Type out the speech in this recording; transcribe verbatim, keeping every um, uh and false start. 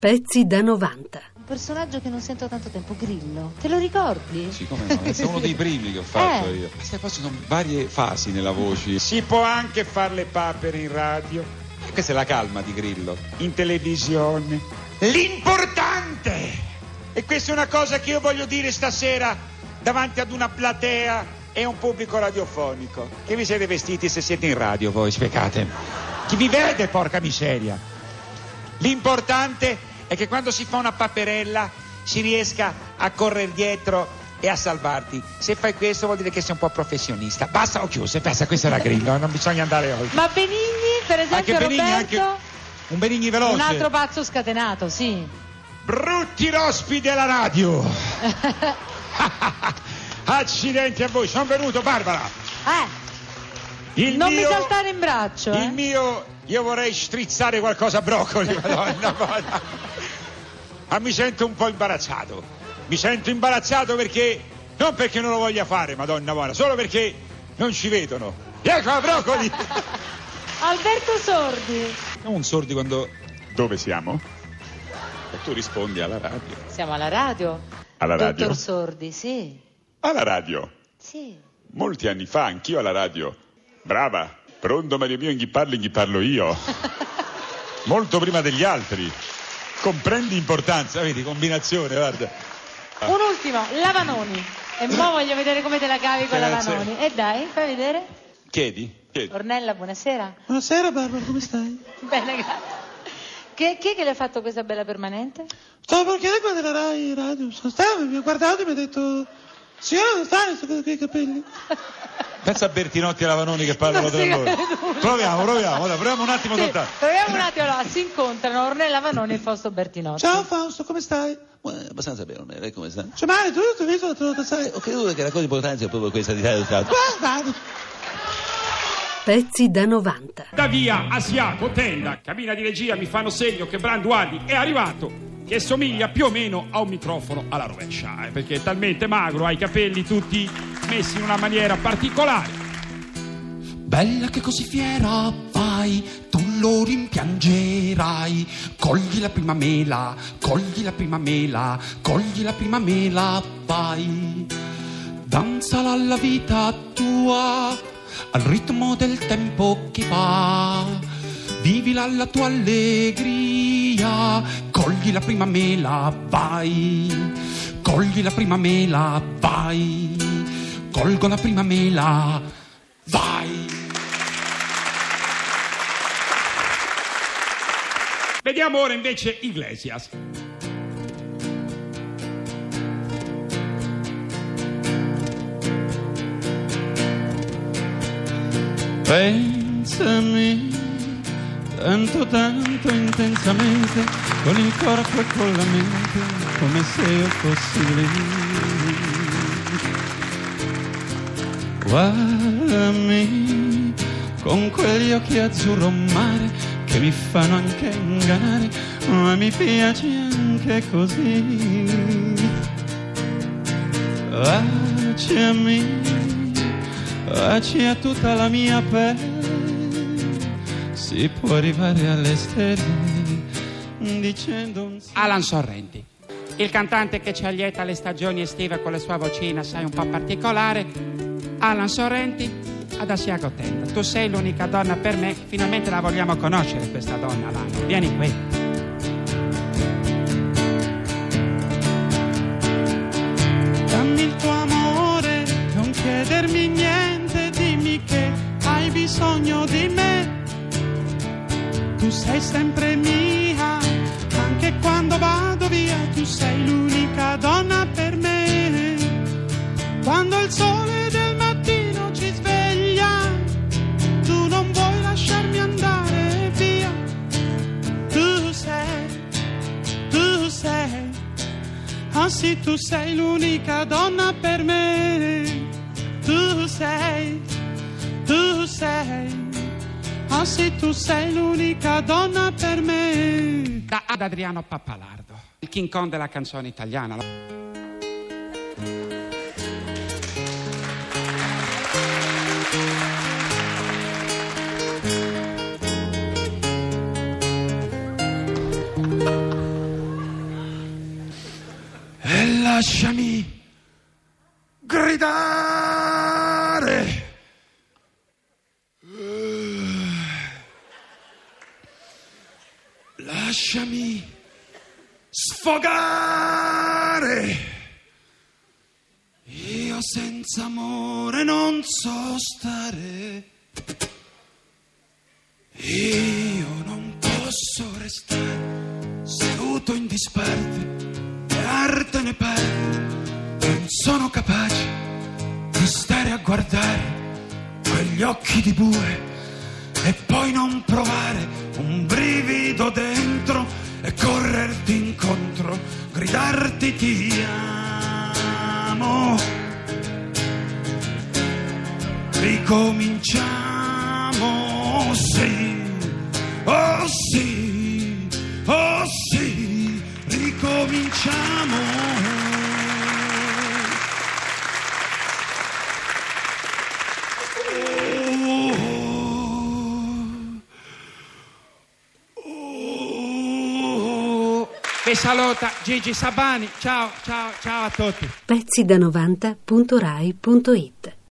Pezzi da novanta. Un personaggio che non sento tanto tempo, Grillo. Te lo ricordi? Sì, come no, è uno dei primi che ho fatto Eh. io. Queste poi sono varie fasi nella voce. Si può anche fare le papere in radio, Questa è la calma di Grillo. in televisione. L'importante! E questa è una cosa che io voglio dire stasera davanti ad una platea e un pubblico radiofonico. Che vi siete vestiti se siete in radio voi, spiegate? Chi vi vede, porca miseria? L'importante è che quando si fa una paperella si riesca a correre dietro e a salvarti. Se fai questo vuol dire che sei un po' professionista. Basta, ho chiuso, basta, questo era Grillo, non bisogna andare oltre. Ma Benigni, per esempio, Anche Benigni, Roberto? anche un Benigni veloce. Un altro pazzo scatenato, sì. Brutti rospi della radio! Accidenti a voi, sono venuto, Barbara! Eh, Il non mio, mi saltare in braccio, eh. Il mio, io vorrei strizzare qualcosa a broccoli, madonna, madonna. Ma mi sento un po' imbarazzato. Mi sento imbarazzato perché, non perché non lo voglia fare, madonna buona, solo perché non ci vedono. Ecco a broccoli! Alberto Sordi. Un sordi quando... Dove siamo? E tu rispondi alla radio. Siamo alla radio. Alla radio? Dottor Sordi, sì. Alla radio. Sì. Molti anni fa, anch'io alla radio. Brava. Pronto, Mario mio, in chi parli, in chi parlo io. Molto prima degli altri. Comprendi importanza, vedi, combinazione, guarda. Un ultimo, Lavanoni. E mo voglio vedere come te la cavi con Grazie. Lavanoni. E dai, fai vedere. Chiedi? Chiedi. Ornella, buonasera. Buonasera Barbara, come stai? Bene, grazie. Che, chi è che le ha fatto questa bella permanente? Stavo perché qua della Rai Radio, sono stato, mi ha guardato e mi ha detto signora non stai con quei capelli? Pensa a Bertinotti e Lavanoni che parlano Non tra si loro. vede nulla. Proviamo, proviamo, dai, proviamo un attimo Sì, soltanto. proviamo un attimo, allora, si incontrano Ornella Lavanoni e Fausto Bertinotti. Ciao Fausto, come stai? Buono, abbastanza bene, lei come sta? C'è male, tu ti ho visto, te lo sai. Ho creduto che la cosa importante è proprio questa di Stato Stato. Guarda, Pezzi da novanta. Da via, Asiaco, tenda, cabina di regia mi fanno segno che Branduardi è arrivato, che somiglia più o meno a un microfono alla rovescia, eh, perché è talmente magro, ha i capelli tutti messi in una maniera particolare. Bella che così fiera vai, tu lo rimpiangerai. Cogli la prima mela, cogli la prima mela, cogli la prima mela, vai. Danzala alla vita tua, al ritmo del tempo che va. Vivila alla tua allegria, cogli la prima mela, vai. Cogli la prima mela, vai. Colgo la prima mela, vai. Vediamo ora invece Iglesias. pensami tanto tanto intensamente, con il corpo e con la mente, come se io fossi lì. Guardami con quegli occhi azzurro mare che mi fanno anche ingannare, ma mi piace anche così. Baciami, baci a tutta la mia pelle, si può arrivare alle stelle dicendo un sì. Alan Sorrenti, il cantante che ci allieta le stagioni estive con la sua vocina, sai, un po' particolare. Alan Sorrenti ad Asiago Tenda. Tu sei l'unica donna per me, finalmente la vogliamo conoscere questa donna, Alan. Vieni qui. Dammi il tuo amore, non chiedermi niente, dimmi che hai bisogno di me. Tu sei sempre mia, anche quando vado via, tu sei l'unica donna per me. Quando il sole del mattino ci sveglia, tu non vuoi lasciarmi andare via. Tu sei, tu sei, oh sì, tu sei l'unica donna per me. Tu sei, tu sei, oh sì, tu sei l'unica donna per me. Da ad Adriano Pappalardo, il King Kong della canzone italiana. Lasciami gridare. Lasciami sfogare. Io senza amore non so stare. Io non posso restare seduto in disparte e arte ne perdo. Non sono capace di stare a guardare quegli occhi di bue e poi non provare un brivido dentro e correrti incontro, gridarti ti amo. Ricominciamo, sì, oh sì, oh sì, ricominciamo. Vi saluta Gigi Sabani, ciao, ciao, ciao a tutti. Pezzi da novanta punto rai punto it